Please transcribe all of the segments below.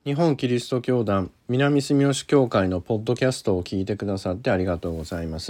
日本キリスト教団南住吉教会のポッドキャストを聞いてくださってありがとうございます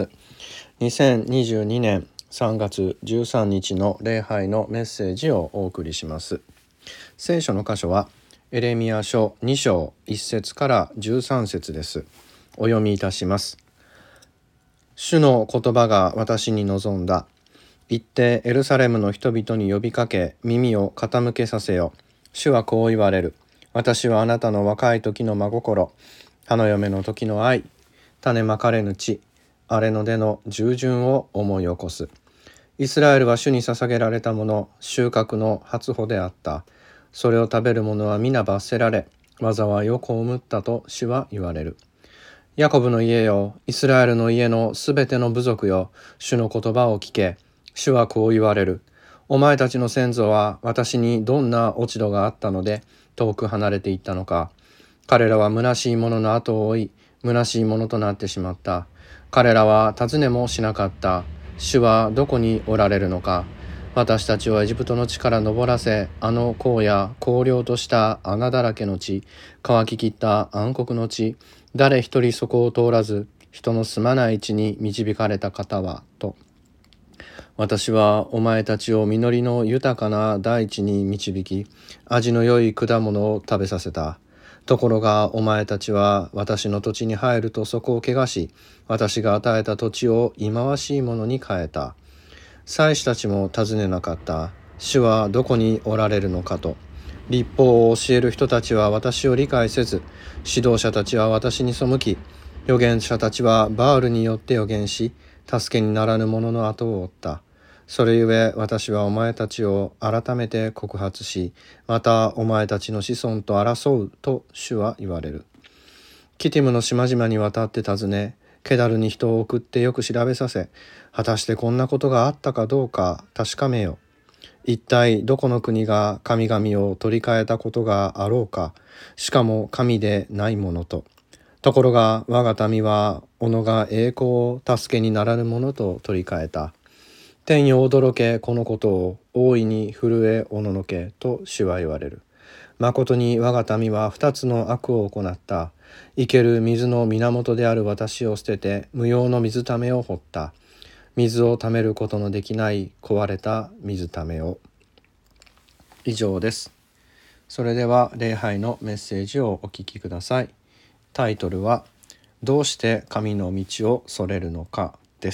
。2022年3月13日の礼拝のメッセージをお送りします。聖書の箇所はエレミヤ書2章1節から13節です。お読みいたします。主の言葉が私に望んだ。行ってエルサレムの人々に呼びかけ、耳を傾けさせよ。主はこう言われる。私はあなたの若い時の真心、花嫁の時の愛、種まかれぬ地、荒れ野での従順を思い起こす。イスラエルは主に捧げられたもの、収穫の初穂であった。それを食べる者は皆罰せられ、災いを被ったと主は言われる。ヤコブの家よ、イスラエルの家のすべての部族よ、主の言葉を聞け。主はこう言われる。お前たちの先祖は私にどんな落ち度があったので遠く離れていったのか。彼らは虚しい者の後を追い、虚しい者となってしまった。彼らは尋ねもしなかった。主はどこにおられるのか。私たちをエジプトの地から登らせ、あの荒野、荒涼とした穴だらけの地、乾ききった暗黒の地、誰一人そこを通らず、人の住まない地に導かれた方は、と。私はお前たちを実りの豊かな大地に導き、味の良い果物を食べさせた。ところがお前たちは私の土地に入るとそこを汚し、私が与えた土地を忌まわしいものに変えた。祭司たちも尋ねなかった。主はどこにおられるのかと。律法を教える人たちは私を理解せず、指導者たちは私に背き、預言者たちはバールによって預言し、助けにならぬ者の後を追った。それゆえ私はお前たちを改めて告発し、またお前たちの子孫と争うと主は言われる。キティムの島々に渡って訪ね、ケダルに人を送ってよく調べさせ、果たしてこんなことがあったかどうか確かめよ。一体どこの国が神々を取り替えたことがあろうか、しかも神でないものと。ところが我が民は己が栄光を助けにならぬものと取り替えた。天よ驚けこのことを、大いに震えおののけと主は言われる。誠に我が民は二つの悪を行った。生ける水の源である私を捨てて無用の水ためを掘った。水をためることのできない壊れた水ためを。以上です。それでは礼拝のメッセージをお聞きください。タイトルはどうして神の道をそれるのかです。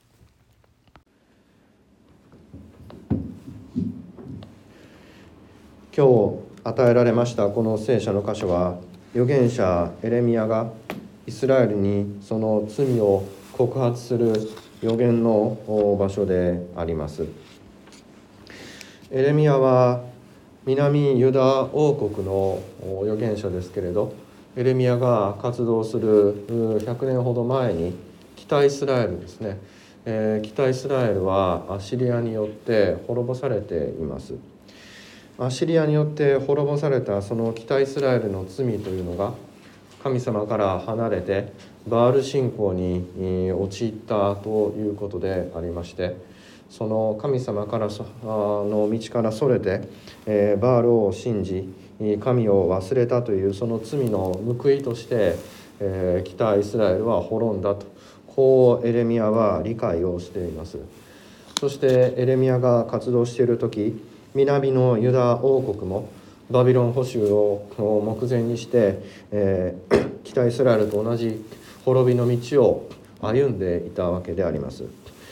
今日与えられましたこの聖書の箇所は、預言者エレミヤがイスラエルにその罪を告発する預言の場所であります。エレミヤは南ユダ王国の預言者ですけれど、エレミヤが活動する100年ほど前に北イスラエルですね、北イスラエルはアッシリアによって滅ぼされています。アッシリアによって滅ぼされたその北イスラエルの罪というのが、神様から離れてバール信仰に陥ったということでありまして、その神様からの道からそれて、バールを信じ神を忘れたというその罪の報いとして、北イスラエルは滅んだと、こうエレミヤは理解をしています。そしてエレミヤが活動している時、南のユダ王国もバビロン捕囚を目前にして、北イスラエルと同じ滅びの道を歩んでいたわけであります。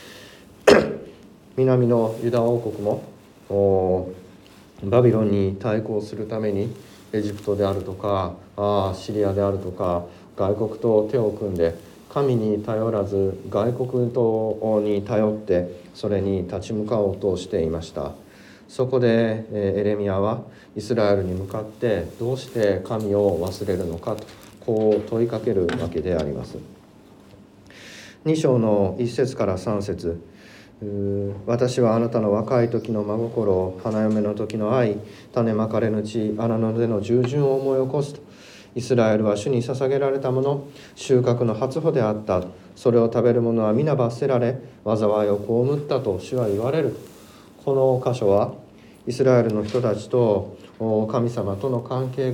南のユダ王国もバビロンに対抗するためにエジプトであるとかシリアであるとか外国と手を組んで、神に頼らず外国とに頼ってそれに立ち向かおうとしていました。そこでエレミヤはイスラエルに向かってどうして神を忘れるのかと、こう問いかけるわけであります。2章の1節から3節、私はあなたの若い時の真心、花嫁の時の愛、種まかれぬ地、荒野での従順を思い起こすと。イスラエルは主に捧げられたもの、収穫の初穂であった。それを食べる者は皆罰せられ、災いを被ったと主は言われる。この箇所はイスラエルの人たちと神様との関係が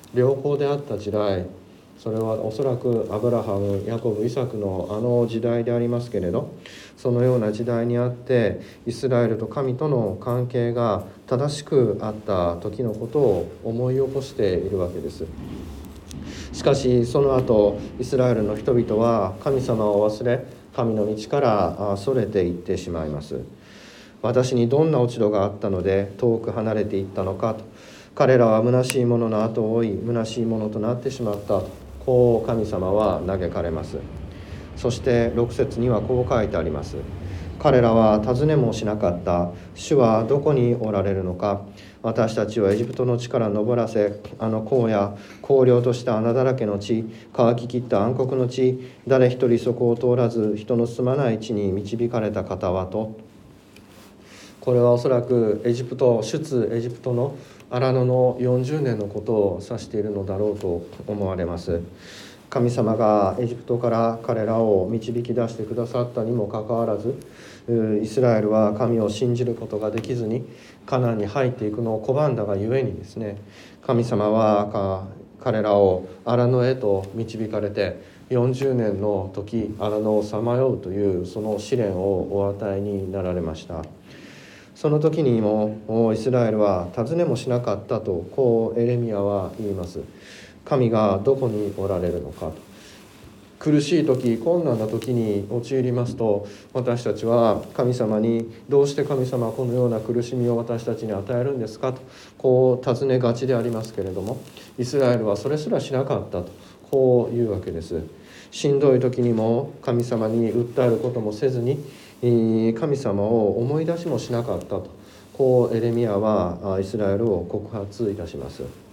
良好であった時代、それはおそらくアブラハム、ヤコブ、イサクのあの時代でありますけれど、そのような時代にあってイスラエルと神との関係が正しくあった時のことを思い起こしているわけです。しかしその後イスラエルの人々は神様を忘れ、神の道からそれていってしまいます。私にどんな落ち度があったので遠く離れていったのかと、彼らは虚しいものの後を追い虚しいものとなってしまったと、こう神様は嘆かれます。そして6節にはこう書いてあります。彼らは尋ねもしなかった。主はどこにおられるのか。私たちをエジプトの地から登らせ、あの荒野、荒涼とした穴だらけの地、乾ききった暗黒の地、誰一人そこを通らず人の住まない地に導かれた方はと。これはおそらくエジプト、出エジプトの荒野の40年のことを指しているのだろうと思われます。神様がエジプトから彼らを導き出してくださったにもかかわらず、イスラエルは神を信じることができずにカナンに入っていくのを拒んだがゆえにですね、神様は彼らを荒野へと導かれて40年の時荒野をさまようというその試練をお与えになられました。その時にもイスラエルは尋ねもしなかったと、こうエレミヤは言います。神がどこにおられるのかと。苦しい時、困難な時に陥りますと、私たちは神様にどうして神様はこのような苦しみを私たちに与えるんですかと、こう尋ねがちでありますけれども、イスラエルはそれすらしなかったと、こういうわけです。しんどい時にも神様に訴えることもせずに、神様を思い出しもしなかったと、こうエレミヤはイスラエルを告発いたします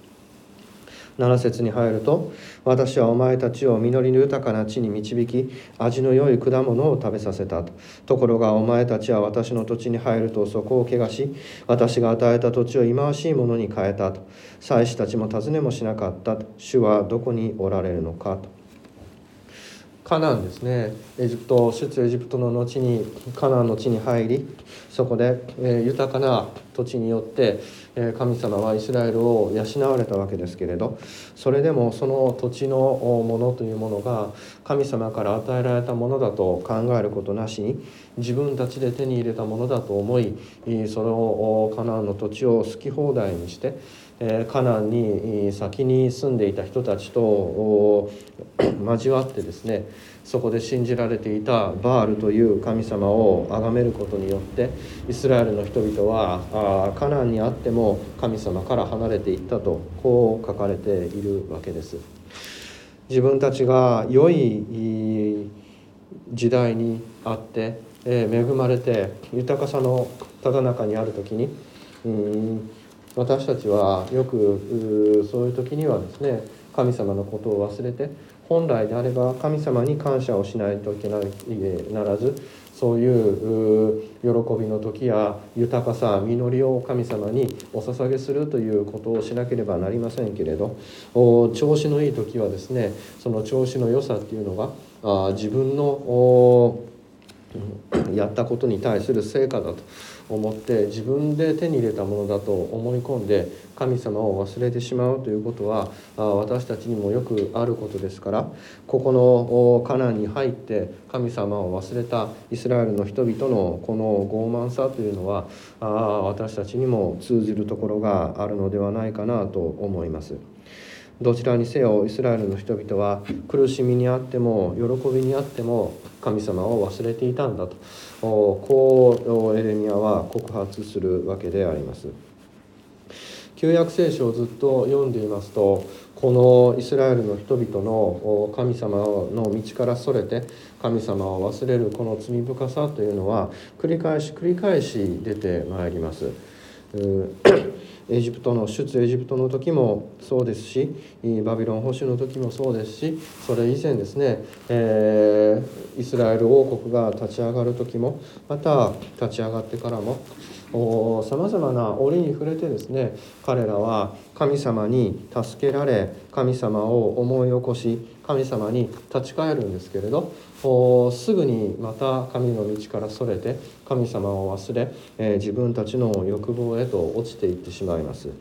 。7節に入ると、私はお前たちを実りの豊かな地に導き、味の良い果物を食べさせたと。ところがお前たちは私の土地に入るとそこを汚し、私が与えた土地を忌まわしいものに変えたと。祭司たちも尋ねもしなかったと。主はどこにおられるのかと。カナンですね、エジプト、出エジプトの後にカナンの地に入り、そこで、豊かな土地によって神様はイスラエルを養われたわけですけれど、それでもその土地のものというものが神様から与えられたものだと考えることなしに、自分たちで手に入れたものだと思い、そのカナンの土地を好き放題にしてカナンに先に住んでいた人たちと交わってですね、そこで信じられていたバールという神様を崇めることによって、イスラエルの人々はカナンにあっても神様から離れていったと、こう書かれているわけです。自分たちが良い時代にあって恵まれて豊かさのただ中にある時に、私たちはよくそういう時にはですね、神様のことを忘れて、本来であれば神様に感謝をしないといけないならず、そういう喜びの時や豊かさ、実りを神様にお捧げするということをしなければなりませんけれど、調子のいい時はですね、その調子の良さっていうのが自分のやったことに対する成果だと思って自分で手に入れたものだと思い込んで神様を忘れてしまうということは私たちにもよくあることですから、ここのカナンに入って神様を忘れたイスラエルの人々のこの傲慢さというのは私たちにも通じるところがあるのではないかなと思います。どちらにせよイスラエルの人々は苦しみにあっても喜びにあっても神様を忘れていたんだと、こうエレミヤは告発するわけであります。旧約聖書をずっと読んでいますと、このイスラエルの人々の神様の道からそれて神様を忘れるこの罪深さというのは繰り返し出てまいります。エジプトの出エジプトの時もそうですし、バビロン捕囚の時もそうですし、それ以前ですね、イスラエル王国が立ち上がる時も、また立ち上がってからもさまざまな折に触れてですね、彼らは神様に助けられ神様を思い起こし神様に立ち返るんですけれど、すぐにまた神の道からそれて神様を忘れ、自分たちの欲望へと落ちていってしまいます。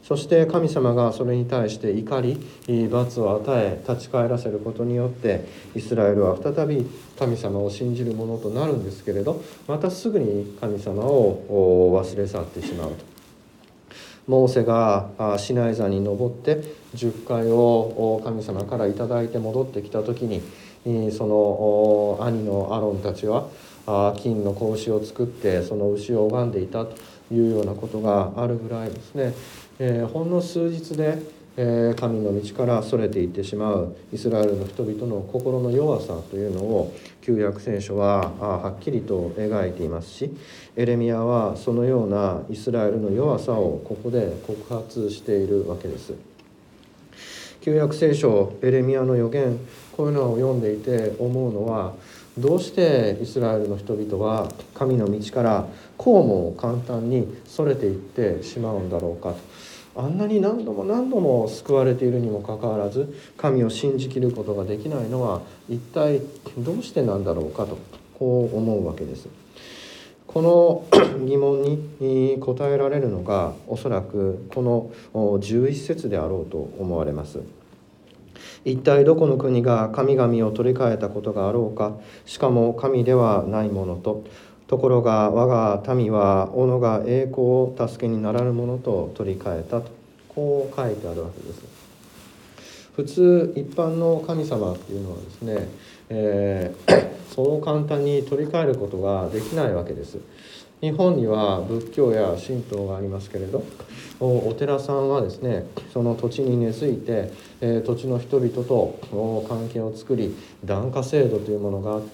そして神様がそれに対して怒り罰を与え立ち返らせることによってイスラエルは再び神様を信じるものとなるんですけれど、またすぐに神様を忘れ去ってしまうと。モーセがシナイ山に登って10回を神様からいただいて戻ってきた時に、その兄のアロンたちは金の子牛を作ってその牛を拝んでいたというようなことがあるぐらいですね、ほんの数日で神の道からそれていってしまうイスラエルの人々の心の弱さというのを旧約聖書ははっきりと描いていますし、エレミヤはそのようなイスラエルの弱さをここで告発しているわけです。旧約聖書エレミヤの預言、こういうのを読んでいて思うのは、どうしてイスラエルの人々は神の道からこうも簡単にそれていってしまうんだろうかと。あんなに何度も何度も救われているにもかかわらず神を信じきることができないのは一体どうしてなんだろうかと、こう思うわけです。この疑問に答えられるのがおそらくこの11節であろうと思われます。一体どこの国が神々を取り替えたことがあろうか、しかも神ではないものと、ところが我が民は斧が栄光を助けにならぬものと取り替えたと、こう書いてあるわけです。普通一般の神様っていうのはですね、そう簡単に取り替えることができないわけです。日本には仏教や神道がありますけれど、お寺さんはですね、その土地に根付いて、土地の人々と関係を作り檀家制度というものがあって、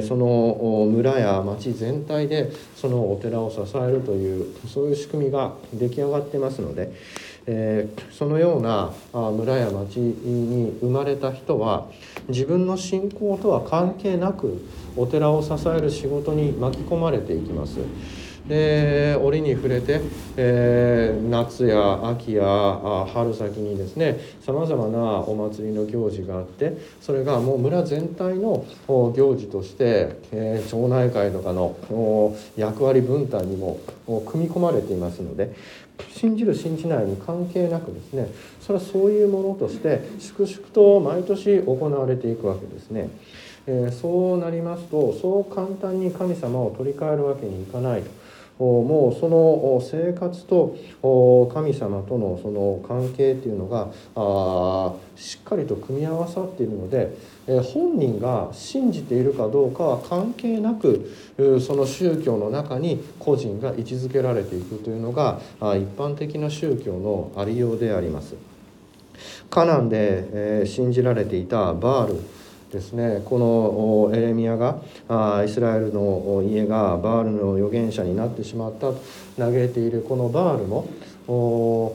その村や町全体でそのお寺を支えるというそういう仕組みが出来上がってますので、そのような村や町に生まれた人は自分の信仰とは関係なくお寺を支える仕事に巻き込まれていきます。で折に触れて、夏や秋や春先にですね、さまざまなお祭りの行事があって、それがもう村全体の行事として、町内会とかの役割分担にも組み込まれていますので、信じる信じないに関係なくですね、それはそういうものとして粛々と毎年行われていくわけですね。そうなりますと、そう簡単に神様を取り替えるわけにいかないと。もうその生活と神様とのその関係っていうのがしっかりと組み合わさっているので、本人が信じているかどうかは関係なくその宗教の中に個人が位置づけられていくというのが一般的な宗教のありようであります。カナンで信じられていたバールですね、このエレミヤがイスラエルの家がバールの預言者になってしまったと嘆いているこのバールもこ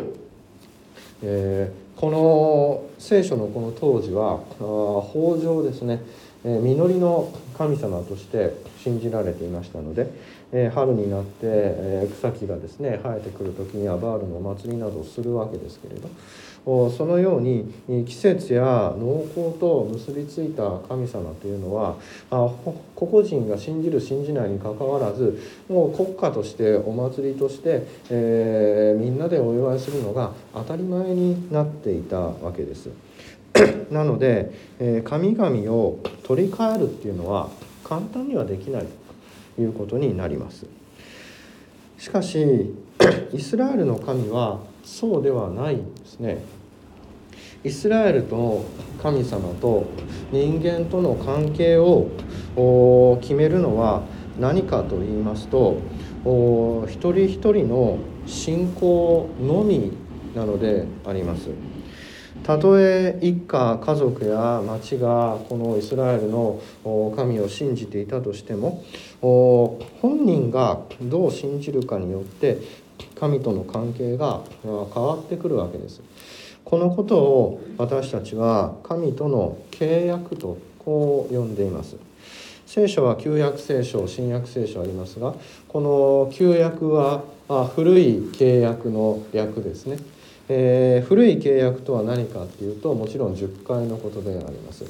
の聖書のこの当時は豊穣ですね、実りの神様として信じられていましたので、春になって草木がですね生えてくる時にはバールのお祭りなどをするわけですけれど、そのように季節や農耕と結びついた神様というのは個々人が信じる信じないにかかわらず、もう国家としてお祭りとして、みんなでお祝いするのが当たり前になっていたわけです。なので、神々を取り替えるっていうのは簡単にはできないということになります。しかしイスラエルの神はそうではないんですね。イスラエルと神様と人間との関係を決めるのは何かと言いますと、一人一人の信仰のみなのであります。たとえ一家家族や町がこのイスラエルの神を信じていたとしても、本人がどう信じるかによって神との関係が変わってくるわけです。このことを私たちは神との契約とこう呼んでいます。聖書は旧約聖書、新約聖書ありますが、この旧約は古い契約の略ですね。古い契約とは何かというと、もちろん10回のことであります。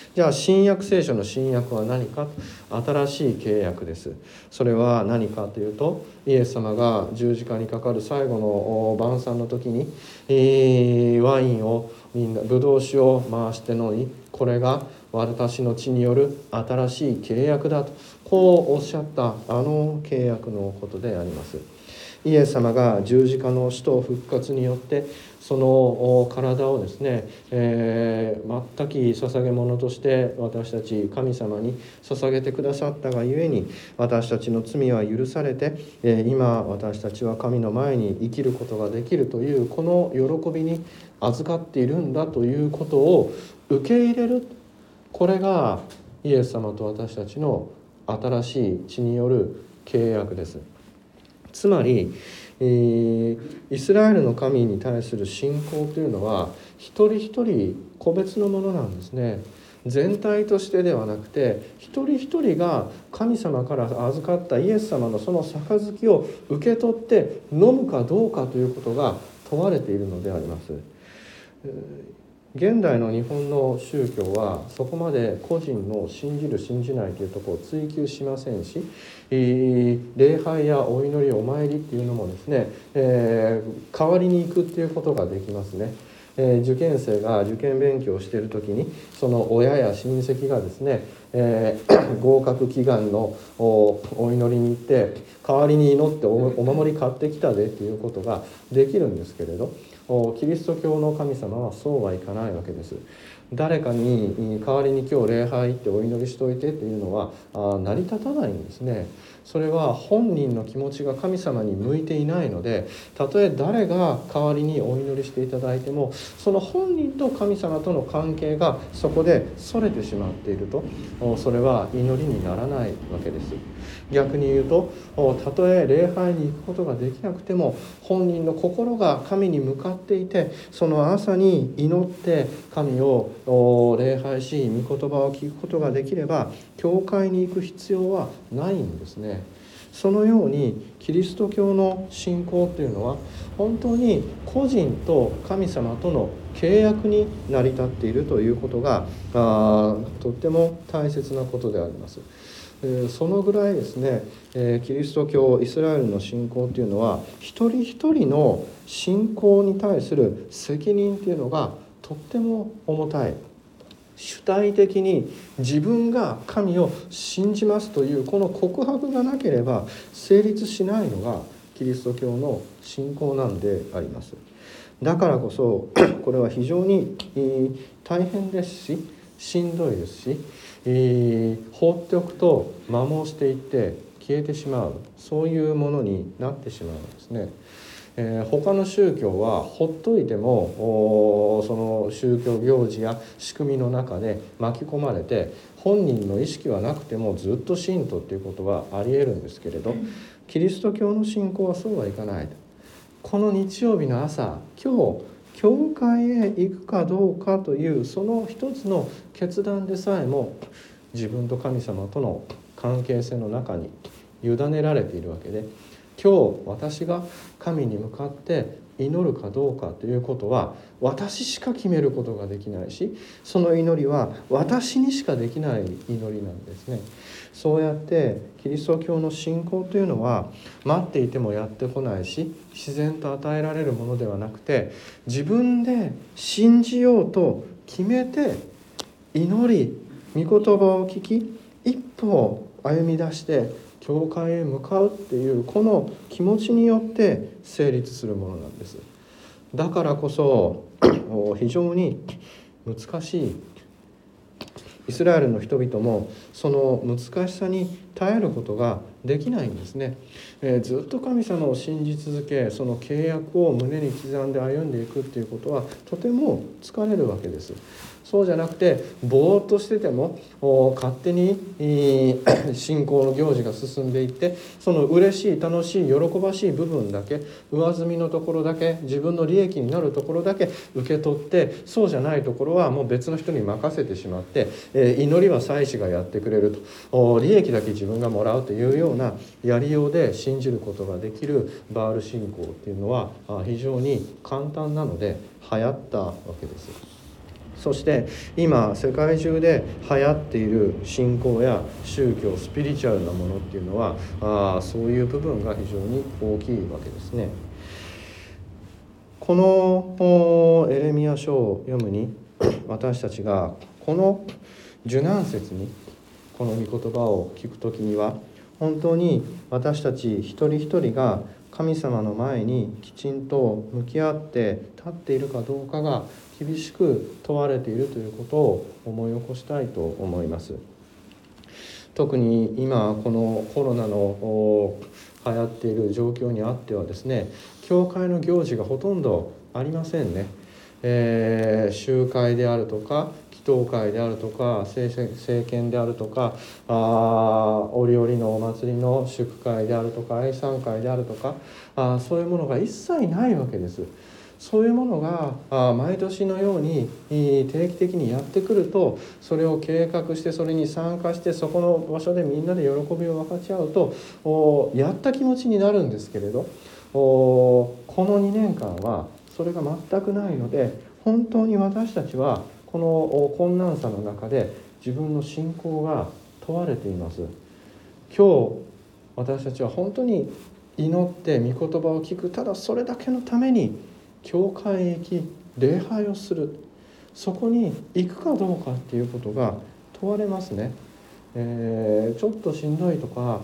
じゃあ新約聖書の新約は何か。新しい契約です。それは何かというと、イエス様が十字架にかかる最後の晩餐の時に、ワインをみんなブドウ酒を回して飲み、これが私の血による新しい契約だとこうおっしゃった契約のことであります。イエス様が十字架の死と復活によってその体をですね、全き捧げ物として私たち神様に捧げてくださったがゆえに、私たちの罪は許されて、今私たちは神の前に生きることができるというこの喜びに預かっているんだということを受け入れる。これがイエス様と私たちの新しい血による契約です。つまり、イスラエルの神に対する信仰というのは一人一人個別のものなんですね。全体としてではなくて、一人一人が神様から預かったイエス様のその杯を受け取って飲むかどうかということが問われているのであります。現代の日本の宗教はそこまで個人の信じる信じないというところを追求しませんし、礼拝やお祈りお参りっていうのもですね、代わりに行くっていうことができますね。受験生が受験勉強をしている時にその親や親戚がですね、合格祈願のお祈りに行って代わりに祈ってお守り買ってきたでということができるんですけれど、キリスト教の神様はそうはいかないわけです。誰かに代わりに今日礼拝ってお祈りしといてっていうのは成り立たないんですね。それは本人の気持ちが神様に向いていないので、たとえ誰が代わりにお祈りしていただいてもその本人と神様との関係がそこで逸れてしまっていると、それは祈りにならないわけです。逆に言うと、たとえ礼拝に行くことができなくても本人の心が神に向かっていて、その朝に祈って神を礼拝し御言葉を聞くことができれば教会に行く必要はないんですね。そのようにキリスト教の信仰というのは本当に個人と神様との契約に成り立っているということがとっても大切なことであります。そのぐらいですね、キリスト教イスラエルの信仰というのは一人一人の信仰に対する責任というのがとっても重たい。主体的に自分が神を信じますというこの告白がなければ成立しないのがキリスト教の信仰なんであります。だからこそこれは非常に大変ですししんどいですし、放っておくと摩耗していって消えてしまう、そういうものになってしまうんですね。他の宗教はほっといてもその宗教行事や仕組みの中で巻き込まれて本人の意識はなくてもずっと信徒ということはありえるんですけれど、キリスト教の信仰はそうはいかない。この日曜日の朝、今日教会へ行くかどうかというその一つの決断でさえも自分と神様との関係性の中に委ねられているわけで、今日私が神に向かって祈るかどうかということは私しか決めることができないし、その祈りは私にしかできない祈りなんですね。そうやってキリスト教の信仰というのは待っていてもやってこないし自然と与えられるものではなくて、自分で信じようと決めて祈り御言葉を聞き一歩歩み出して教会へ向かうっていうこの気持ちによって成立するものなんです。だからこそ非常に難しい、イスラエルの人々もその難しさに耐えることができないんですね。ずっと神様を信じ続けその契約を胸に刻んで歩んでいくっていうことはとても疲れるわけです。そうじゃなくてぼーっとしてても勝手に信仰の行事が進んでいって、その嬉しい楽しい喜ばしい部分だけ、上積みのところだけ、自分の利益になるところだけ受け取って、そうじゃないところはもう別の人に任せてしまって、祈りは祭司がやってくれると、利益だけ自分がもらうというようなやりようで信じることができるバール信仰っていうのは非常に簡単なので流行ったわけです。 そして今世界中で流行っている信仰や宗教、スピリチュアルなものっていうのはそういう部分が非常に大きいわけですね。このエレミヤ書を読むに私たちがこの受難節にこの御言葉を聞くときには本当に私たち一人一人が神様の前にきちんと向き合って立っているかどうかが厳しく問われているということを思い起こしたいと思います。特に今このコロナの流行っている状況にあってはですね、教会の行事がほとんどありませんね。集会であるとか祈祷会であるとか聖献であるとか折々のお祭りの祝会であるとか愛賛会であるとかそういうものが一切ないわけです。そういうものが毎年のように定期的にやってくると、それを計画してそれに参加してそこの場所でみんなで喜びを分かち合うとやった気持ちになるんですけれど、この2年間はそれが全くないので、本当に私たちはこの困難さの中で自分の信仰が問われています。今日私たちは本当に祈って御言葉を聞く、ただそれだけのために教会へ行き礼拝をする、そこに行くかどうかっていうことが問われますね。ちょっとしんどいとか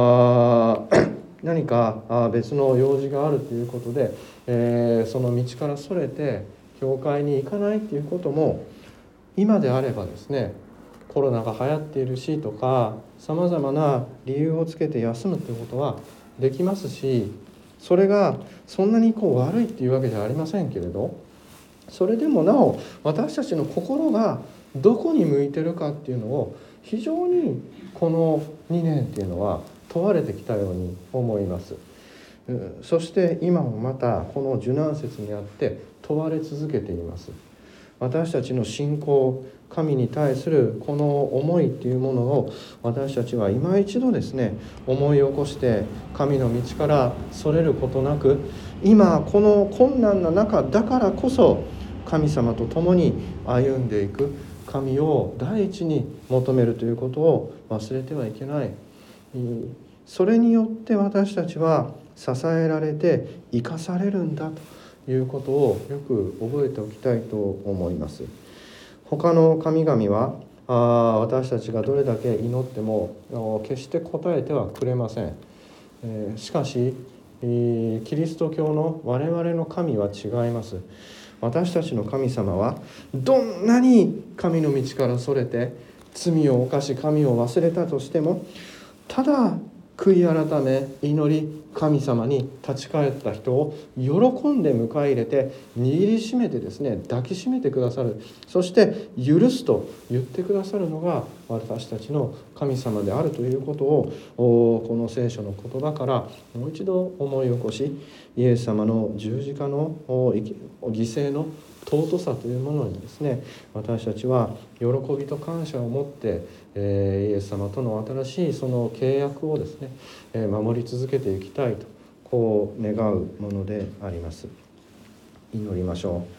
何か別の用事があるということで、その道からそれて教会に行かないっていうことも今であればですね、コロナが流行っているしとかさまざまな理由をつけて休むということはできますし、それがそんなに悪いっていうわけじゃありませんけれど、それでもなお私たちの心がどこに向いてるかっていうのを非常にこの2年っていうのは問われてきたように思います。そして今もまたこの受難節にあって問われ続けています。私たちの信仰、神に対するこの思いっていうものを私たちは今一度ですね思い起こして、神の道からそれることなく、今この困難な中だからこそ神様と共に歩んでいく、神を第一に求めるということを忘れてはいけない。それによって私たちは支えられて生かされるんだということをよく覚えておきたいと思います。他の神々は私たちがどれだけ祈っても決して答えてはくれません。しかしキリスト教の我々の神は違います。私たちの神様はどんなに神の道からそれて罪を犯し神を忘れたとしても、ただ悔い改め祈り神様に立ち返った人を喜んで迎え入れて握りしめてですね抱きしめてくださる、そして許すと言ってくださるのが私たちの神様であるということをこの聖書の言葉からもう一度思い起こし、イエス様の十字架の犠牲の尊さというものにですね私たちは喜びと感謝を持ってイエス様との新しいその契約をですね守り続けていきたいとこう願うものであります。祈りましょ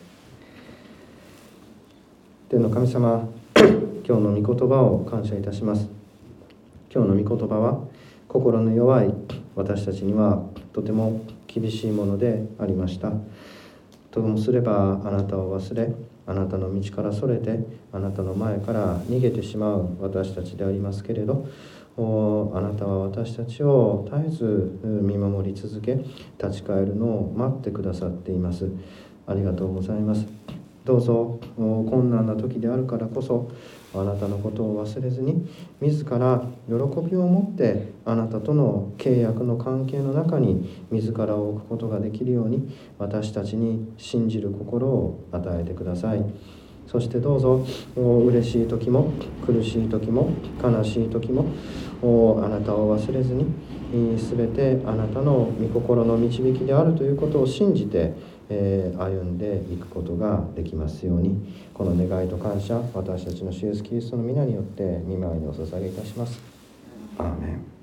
う。天の神様、今日の御言葉を感謝いたします。今日の御言葉は心の弱い私たちにはとても厳しいものでありました。ともすればあなたを忘れ、あなたの道からそれてあなたの前から逃げてしまう私たちでありますけれど、あなたは私たちを絶えず見守り続け立ち返るのを待ってくださっています。ありがとうございます。どうぞ困難な時であるからこそあなたのことを忘れずに自ら喜びを持ってあなたとの契約の関係の中に自らを置くことができるように私たちに信じる心を与えてください。そしてどうぞ嬉しい時も苦しい時も悲しい時もあなたを忘れずに全てあなたの御心の導きであるということを信じて歩んでいくことができますように、この願いと感謝私たちの主イエスキリストの皆によって御前にお捧げいたします。アーメン。